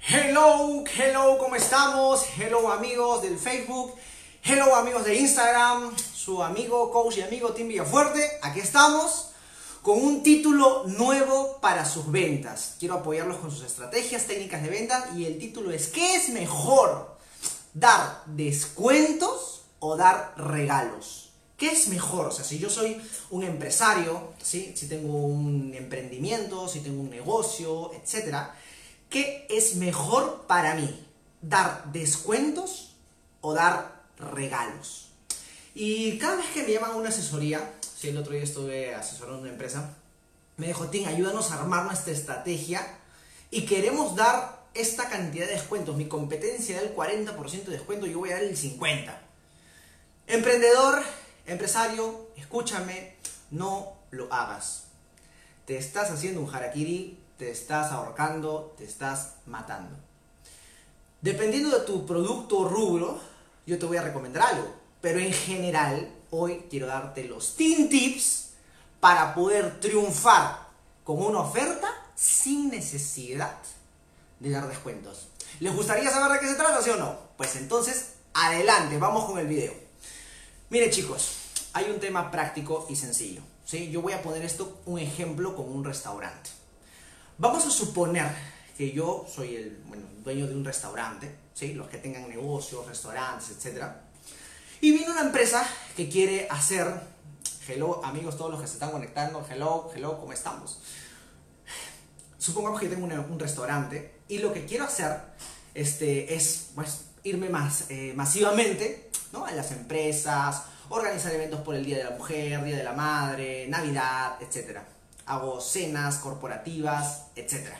Hello, ¿cómo estamos? Hello amigos del Facebook, hello amigos de Instagram, su amigo, coach y amigo Tim Villafuerte. Aquí estamos con un título nuevo para sus ventas. Quiero apoyarlos con sus estrategias, técnicas de venta y el título es ¿qué es mejor? ¿Dar descuentos o dar regalos? ¿Qué es mejor? O sea, si yo soy un empresario, ¿sí? Si tengo un emprendimiento, si tengo un negocio, etcétera, ¿qué es mejor para mí? ¿Dar descuentos o dar regalos? Y cada vez que me llaman a una asesoría, el otro día estuve asesorando una empresa, me dijo, Tim, ayúdanos a armar nuestra estrategia y queremos dar esta cantidad de descuentos. Mi competencia da el 40% de descuento, yo voy a dar el 50%. Emprendedor, empresario, escúchame, no lo hagas. Te estás haciendo un harakiri, te estás ahorcando, te estás matando. Dependiendo de tu producto o rubro, yo te voy a recomendar algo. Pero en general, hoy quiero darte los Tim Tips para poder triunfar con una oferta sin necesidad de dar descuentos. ¿Les gustaría saber de qué se trata, sí o no? Pues entonces, adelante, vamos con el video. Mire chicos, hay un tema práctico y sencillo, ¿sí? Yo voy a poner esto, un ejemplo con un restaurante. Vamos a suponer que yo soy el dueño de un restaurante, ¿sí? Los que tengan negocios, restaurantes, etc. Y viene una empresa que quiere hacer, hello amigos todos los que se están conectando, hello, ¿cómo estamos? Supongamos que tengo un restaurante y lo que quiero hacer es pues, irme masivamente, ¿no? A las empresas, organizar eventos por el Día de la Mujer, Día de la Madre, Navidad, etc. Hago cenas corporativas, etc.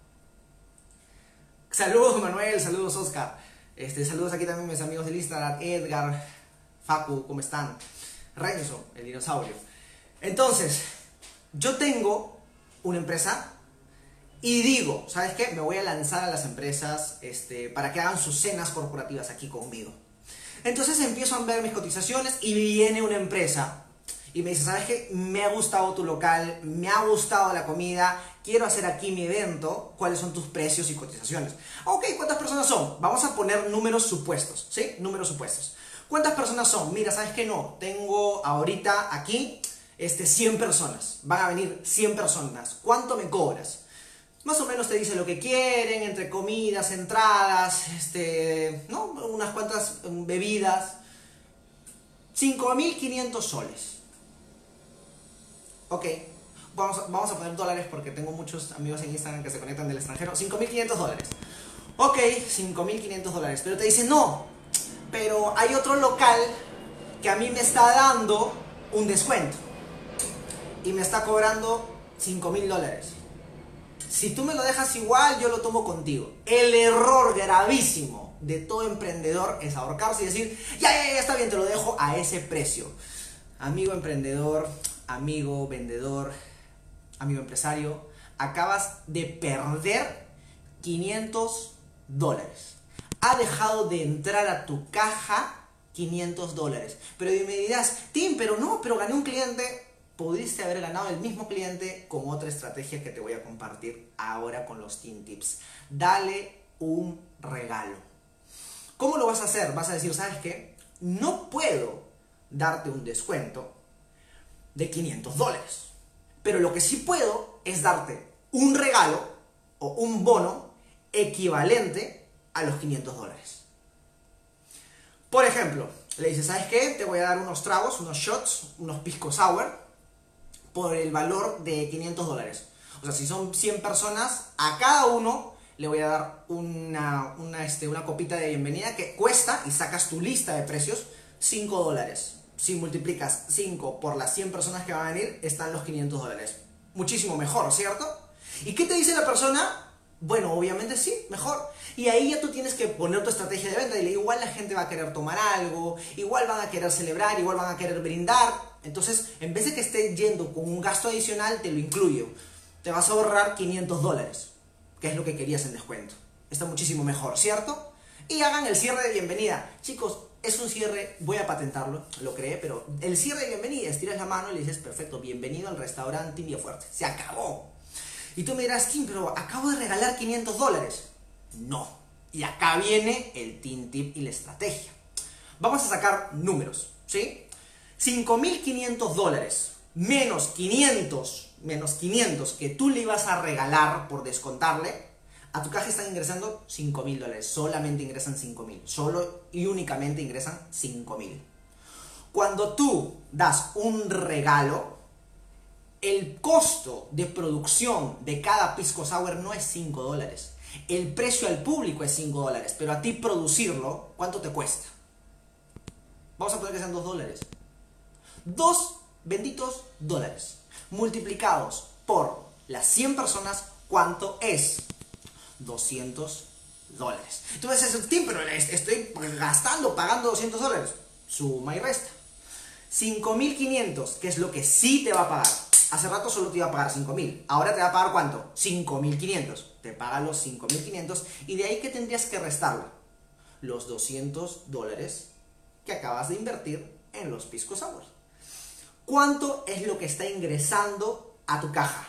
Saludos Manuel, saludos Oscar. Saludos aquí también a mis amigos del Instagram, Edgar, Facu, ¿cómo están? Renzo, el dinosaurio. Entonces, yo tengo una empresa y digo, ¿sabes qué? Me voy a lanzar a las empresas para que hagan sus cenas corporativas aquí conmigo. Entonces empiezo a ver mis cotizaciones y viene una empresa y me dice, ¿sabes qué? Me ha gustado tu local, me ha gustado la comida, quiero hacer aquí mi evento, ¿cuáles son tus precios y cotizaciones? Ok, ¿cuántas personas son? Vamos a poner números supuestos, ¿sí? Números supuestos. ¿Cuántas personas son? Mira, ¿sabes qué? No, tengo ahorita aquí 100 personas, van a venir 100 personas, ¿cuánto me cobras? Más o menos te dice lo que quieren, entre comidas, entradas, ¿no? Unas cuantas bebidas. 5.500 soles. Ok, vamos a poner dólares porque tengo muchos amigos en Instagram que se conectan del extranjero. 5.500 dólares. Ok, 5.500 dólares. Pero te dice, no, pero hay otro local que a mí me está dando un descuento. Y me está cobrando 5.000 dólares. Si tú me lo dejas igual, yo lo tomo contigo. El error gravísimo de todo emprendedor es ahorcarse y decir, ya, está bien, te lo dejo a ese precio. Amigo emprendedor, amigo vendedor, amigo empresario, acabas de perder 500 dólares. Ha dejado de entrar a tu caja 500 dólares. Pero me dirás, Tim, pero no, pero gané un cliente. Pudiste haber ganado el mismo cliente con otra estrategia que te voy a compartir ahora con los Tim Tips. Dale un regalo. ¿Cómo lo vas a hacer? Vas a decir, ¿sabes qué? No puedo darte un descuento de 500 dólares. Pero lo que sí puedo es darte un regalo o un bono equivalente a los 500 dólares. Por ejemplo, le dices, ¿sabes qué? Te voy a dar unos tragos, unos shots, unos pisco sour por el valor de 500 dólares. O sea, si son 100 personas, a cada uno le voy a dar una copita de bienvenida que cuesta, y sacas tu lista de precios, 5 dólares. Si multiplicas 5 por las 100 personas que van a venir, están los 500 dólares. Muchísimo mejor, ¿cierto? ¿Y qué te dice la persona? Bueno, obviamente sí, mejor. Y ahí ya tú tienes que poner tu estrategia de venta. Y igual la gente va a querer tomar algo, igual van a querer celebrar, igual van a querer brindar. Entonces, en vez de que esté yendo con un gasto adicional, te lo incluyo. Te vas a ahorrar 500 dólares, que es lo que querías en descuento. Está muchísimo mejor, ¿cierto? Y hagan el cierre de bienvenida. Chicos, es un cierre, voy a patentarlo, lo creé, pero el cierre de bienvenida, estiras la mano y le dices, perfecto, bienvenido al restaurante Tim Villafuerte. Se acabó. Y tú me dirás, Tim, pero acabo de regalar 500 dólares. No. Y acá viene el teen tip y la estrategia. Vamos a sacar números, ¿sí? 5.500 dólares menos 500 que tú le ibas a regalar por descontarle, a tu caja están ingresando 5.000 dólares. Solamente ingresan 5.000. Solo y únicamente ingresan 5.000. Cuando tú das un regalo, el costo de producción de cada pisco sour no es 5 dólares. El precio al público es 5 dólares. Pero a ti producirlo, ¿cuánto te cuesta? Vamos a poner que sean 2 dólares. 2 benditos dólares. Multiplicados por las 100 personas, ¿cuánto es? 200 dólares. Tú me dices, Tim, pero estoy pagando 200 dólares. Suma y resta. 5.500, que es lo que sí te va a pagar. Hace rato solo te iba a pagar 5.000. Ahora te va a pagar ¿cuánto? 5.500. Te paga los 5.500 y de ahí que tendrías que restarlo. Los 200 dólares que acabas de invertir en los pisco sour. ¿Cuánto es lo que está ingresando a tu caja?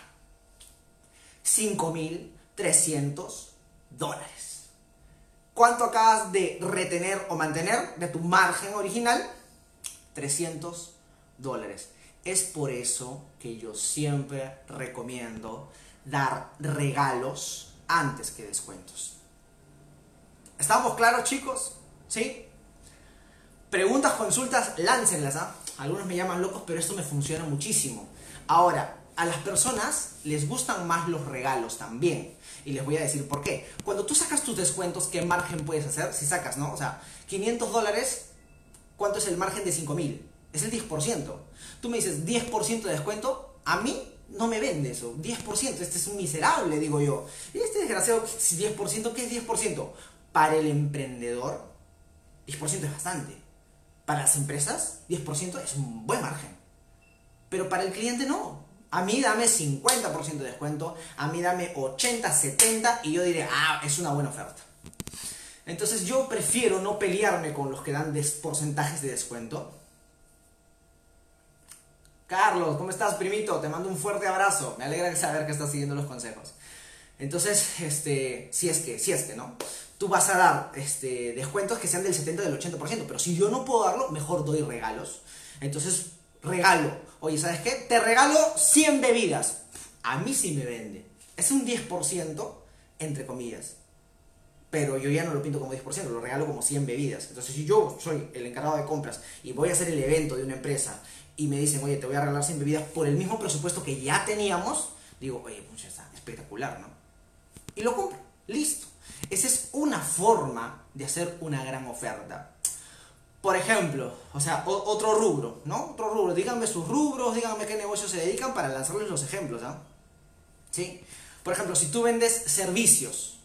5.300 dólares. ¿Cuánto acabas de retener o mantener de tu margen original? 300 dólares. Es por eso que yo siempre recomiendo dar regalos antes que descuentos. ¿Estamos claros, chicos? ¿Sí? Preguntas, consultas, láncenlas, ¿ah? Algunos me llaman locos, pero esto me funciona muchísimo. Ahora, a las personas les gustan más los regalos también. Y les voy a decir por qué. Cuando tú sacas tus descuentos, ¿qué margen puedes hacer? Si sacas, ¿no? O sea, 500 dólares, ¿cuánto es el margen de 5.000? Es el 10%. Tú me dices 10% de descuento, a mí no me vende eso. 10%, este es un miserable, digo yo. Y este desgraciado, 10%, ¿qué es 10%? Para el emprendedor, 10% es bastante. Para las empresas, 10% es un buen margen. Pero para el cliente no. A mí dame 50% de descuento, a mí dame 80, 70 y yo diré, ah, es una buena oferta. Entonces yo prefiero no pelearme con los que dan porcentajes de descuento. Carlos, ¿cómo estás, primito? Te mando un fuerte abrazo. Me alegra saber que estás siguiendo los consejos. Entonces, si es que, ¿no? Tú vas a dar descuentos que sean del 70 o del 80%, pero si yo no puedo darlo, mejor doy regalos. Entonces, regalo. Oye, ¿sabes qué? Te regalo 100 bebidas. A mí sí me vende. Es un 10%, entre comillas. Pero yo ya no lo pinto como 10%, lo regalo como 100 bebidas. Entonces, si yo soy el encargado de compras y voy a hacer el evento de una empresa y me dicen, oye, te voy a regalar 100 bebidas por el mismo presupuesto que ya teníamos, digo, oye, pues está espectacular, ¿no? Y lo compro. Listo. Esa es una forma de hacer una gran oferta. Por ejemplo, o sea, otro rubro, ¿no? Otro rubro. Díganme sus rubros, díganme qué negocios se dedican para lanzarles los ejemplos, ¿ah? ¿Sí? Por ejemplo, si tú vendes servicios,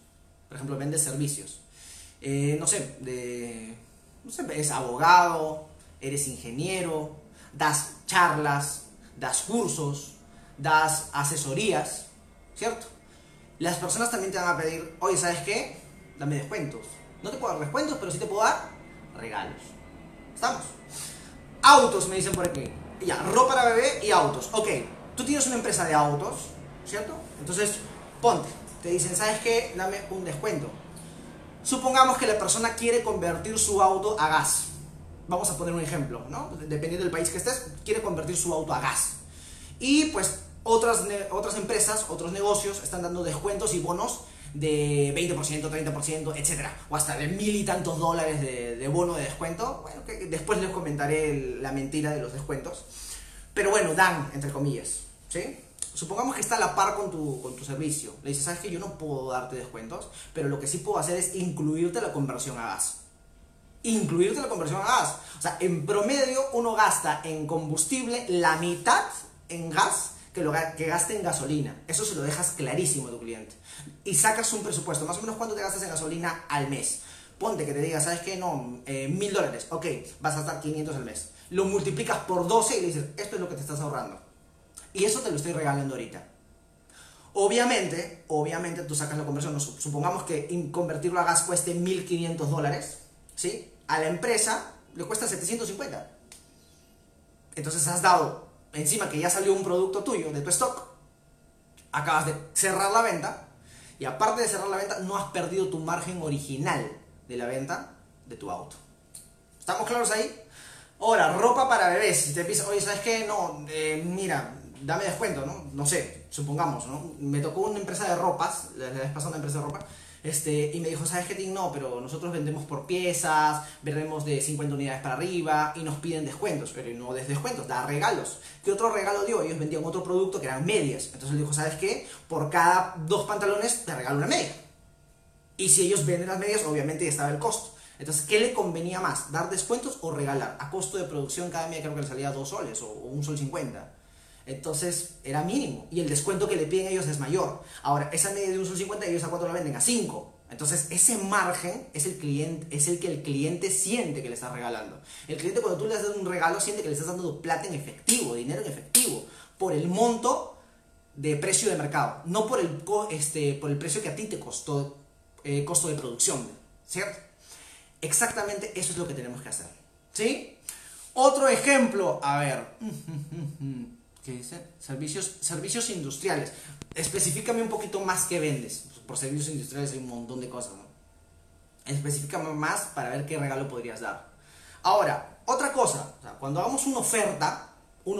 no sé, eres abogado, eres ingeniero, das charlas, das cursos, das asesorías, ¿cierto? Las personas también te van a pedir, oye, ¿sabes qué? Dame descuentos. No te puedo dar descuentos, pero sí te puedo dar regalos. ¿Estamos? Autos, me dicen por aquí. Ya, ropa para bebé y autos. Ok, tú tienes una empresa de autos, ¿cierto? Entonces, ponte. Te dicen, ¿sabes qué? Dame un descuento. Supongamos que la persona quiere convertir su auto a gas. Vamos a poner un ejemplo, ¿no? Dependiendo del país que estés, quiere convertir su auto a gas. Y pues otras empresas, otros negocios están dando descuentos y bonos de 20%, 30%, etcétera, o hasta de 1.000 y tantos dólares de bono de descuento. Bueno, que después les comentaré la mentira de los descuentos, pero bueno, dan, entre comillas, ¿sí? Supongamos que está a la par con tu servicio. Le dices, ¿sabes qué? Yo no puedo darte descuentos, pero lo que sí puedo hacer es incluirte la conversión a gas. Incluirte la conversión a gas. O sea, en promedio uno gasta en combustible la mitad en gas que lo que gaste en gasolina. Eso se lo dejas clarísimo a tu cliente. Y sacas un presupuesto, más o menos cuánto te gastas en gasolina al mes. Ponte que te diga, ¿sabes qué? No, 1.000 dólares. Ok, vas a gastar 500 al mes. Lo multiplicas por 12 y le dices, esto es lo que te estás ahorrando. Y eso te lo estoy regalando ahorita. Obviamente tú sacas la conversión. Supongamos que convertirlo a gas cueste 1.500 dólares, ¿sí? A la empresa le cuesta 750. Entonces has dado, encima que ya salió un producto tuyo de tu stock, acabas de cerrar la venta Y aparte de cerrar la venta, no has perdido tu margen original de la venta de tu auto. ¿Estamos claros ahí? Ahora, ropa para bebés. Si te piensas, oye, ¿sabes qué? No, mira, dame descuento, ¿no? No sé, supongamos, ¿no? Me tocó una empresa de ropas, la vez pasada una empresa de ropa, y me dijo, ¿sabes qué, Tim? No, pero nosotros vendemos por piezas, vendemos de 50 unidades para arriba y nos piden descuentos, pero no des descuentos, da regalos. ¿Qué otro regalo dio? Ellos vendían otro producto que eran medias. Entonces le dijo, ¿sabes qué? Por cada 2 pantalones te regalo una media. Y si ellos venden las medias, obviamente ya estaba el costo. Entonces, ¿qué le convenía más? ¿Dar descuentos o regalar? A costo de producción cada media creo que le salía 2 soles o 1,50 sol. Entonces, era mínimo. Y el descuento que le piden a ellos es mayor. Ahora, esa media de 1,50 sol, ellos a cuánto la venden, a 5. Entonces, ese margen es el que el cliente siente que le estás regalando. El cliente, cuando tú le das un regalo, siente que le estás dando plata en efectivo, dinero en efectivo, por el monto de precio de mercado, no por el precio que a ti te costó, costo de producción, ¿cierto? Exactamente eso es lo que tenemos que hacer, ¿sí? Otro ejemplo, a ver, ¿qué dice? Servicios industriales. Específicame un poquito más qué vendes. Por servicios industriales hay un montón de cosas, ¿no? Específicame más para ver qué regalo podrías dar. Ahora, otra cosa, o sea, cuando hagamos una oferta,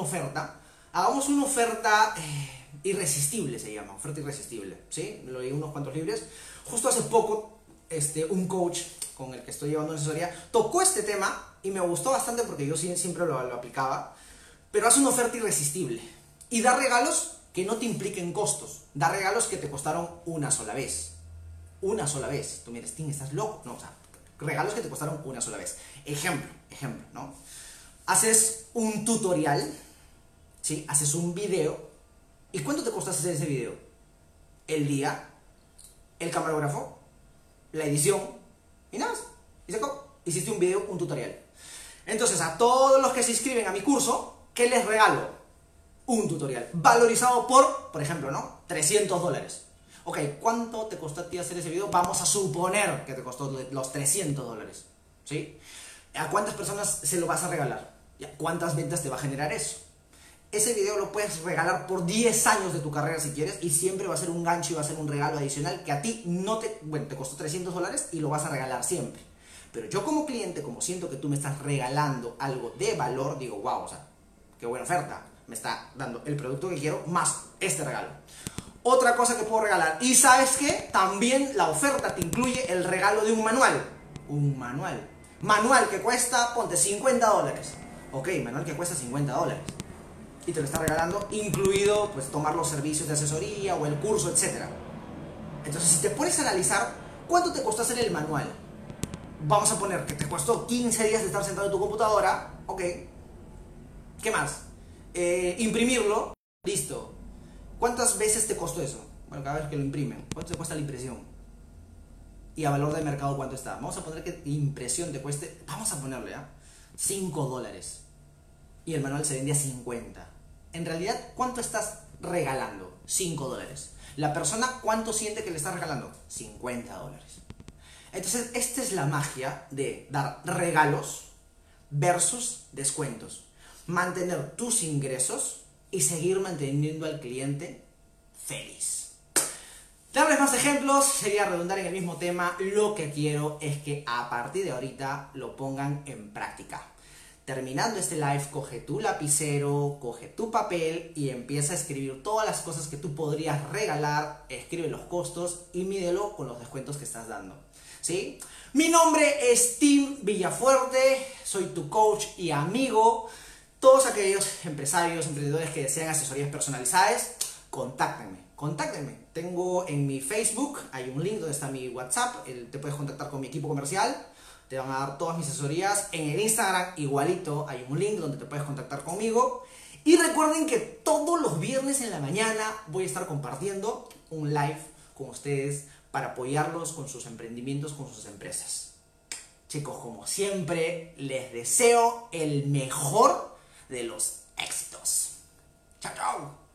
hagamos una oferta irresistible, se llama, oferta irresistible, ¿sí? Lo leí unos cuantos libros. Justo hace poco, un coach con el que estoy llevando asesoría tocó este tema y me gustó bastante porque yo siempre lo aplicaba. Pero haz una oferta irresistible y da regalos que no te impliquen costos. Da regalos que te costaron una sola vez. Una sola vez. Tú miras, Tim, ¿estás loco? No, o sea, regalos que te costaron una sola vez. Ejemplo, ¿no? Haces un tutorial, ¿sí? Haces un video. ¿Y cuánto te costó hacer ese video? El día, el camarógrafo, la edición y nada más. Y se acabó. Hiciste un video, un tutorial. Entonces, a todos los que se inscriben a mi curso, ¿qué les regalo? Un tutorial valorizado por ejemplo, ¿no? $300. Ok, ¿cuánto te costó a ti hacer ese video? Vamos a suponer que te costó los $300, ¿sí? ¿A cuántas personas se lo vas a regalar? ¿Cuántas ventas te va a generar eso? Ese video lo puedes regalar por 10 años de tu carrera si quieres y siempre va a ser un gancho y va a ser un regalo adicional que a ti no te... Bueno, te costó $300 y lo vas a regalar siempre. Pero yo como cliente, como siento que tú me estás regalando algo de valor, digo, wow, o sea, qué buena oferta. Me está dando el producto que quiero más este regalo. Otra cosa que puedo regalar. Y ¿sabes qué? También la oferta te incluye el regalo de un manual. Un manual. Manual que cuesta, ponte, $50. Ok, manual que cuesta $50. Y te lo está regalando, incluido, pues, tomar los servicios de asesoría o el curso, etc. Entonces, si te pones a analizar, ¿cuánto te costó hacer el manual? Vamos a poner que te costó 15 días de estar sentado en tu computadora. Ok. ¿Qué más? Imprimirlo. Listo. ¿Cuántas veces te costó eso? Bueno, cada vez que lo imprimen. ¿Cuánto te cuesta la impresión? Y a valor de mercado, ¿cuánto está? Vamos a poner que la impresión te cueste, vamos a ponerle, $5. Y el manual se vende a 50. En realidad, ¿cuánto estás regalando? $5. La persona, ¿cuánto siente que le estás regalando? $50. Entonces, esta es la magia de dar regalos versus descuentos. Mantener tus ingresos y seguir manteniendo al cliente feliz. Darles más ejemplos sería redundar en el mismo tema. Lo que quiero es que a partir de ahorita lo pongan en práctica. Terminando este live, coge tu lapicero, coge tu papel y empieza a escribir todas las cosas que tú podrías regalar, escribe los costos y mídelo con los descuentos que estás dando, ¿sí? Mi nombre es Tim Villafuerte, soy tu coach y amigo. Todos aquellos empresarios, emprendedores que desean asesorías personalizadas, contáctenme. Tengo en mi Facebook, hay un link donde está mi WhatsApp, te puedes contactar con mi equipo comercial. Te van a dar todas mis asesorías. En el Instagram igualito hay un link donde te puedes contactar conmigo. Y recuerden que todos los viernes en la mañana voy a estar compartiendo un live con ustedes para apoyarlos con sus emprendimientos, con sus empresas. Chicos, como siempre, les deseo el mejor de los éxitos. Chao, chao.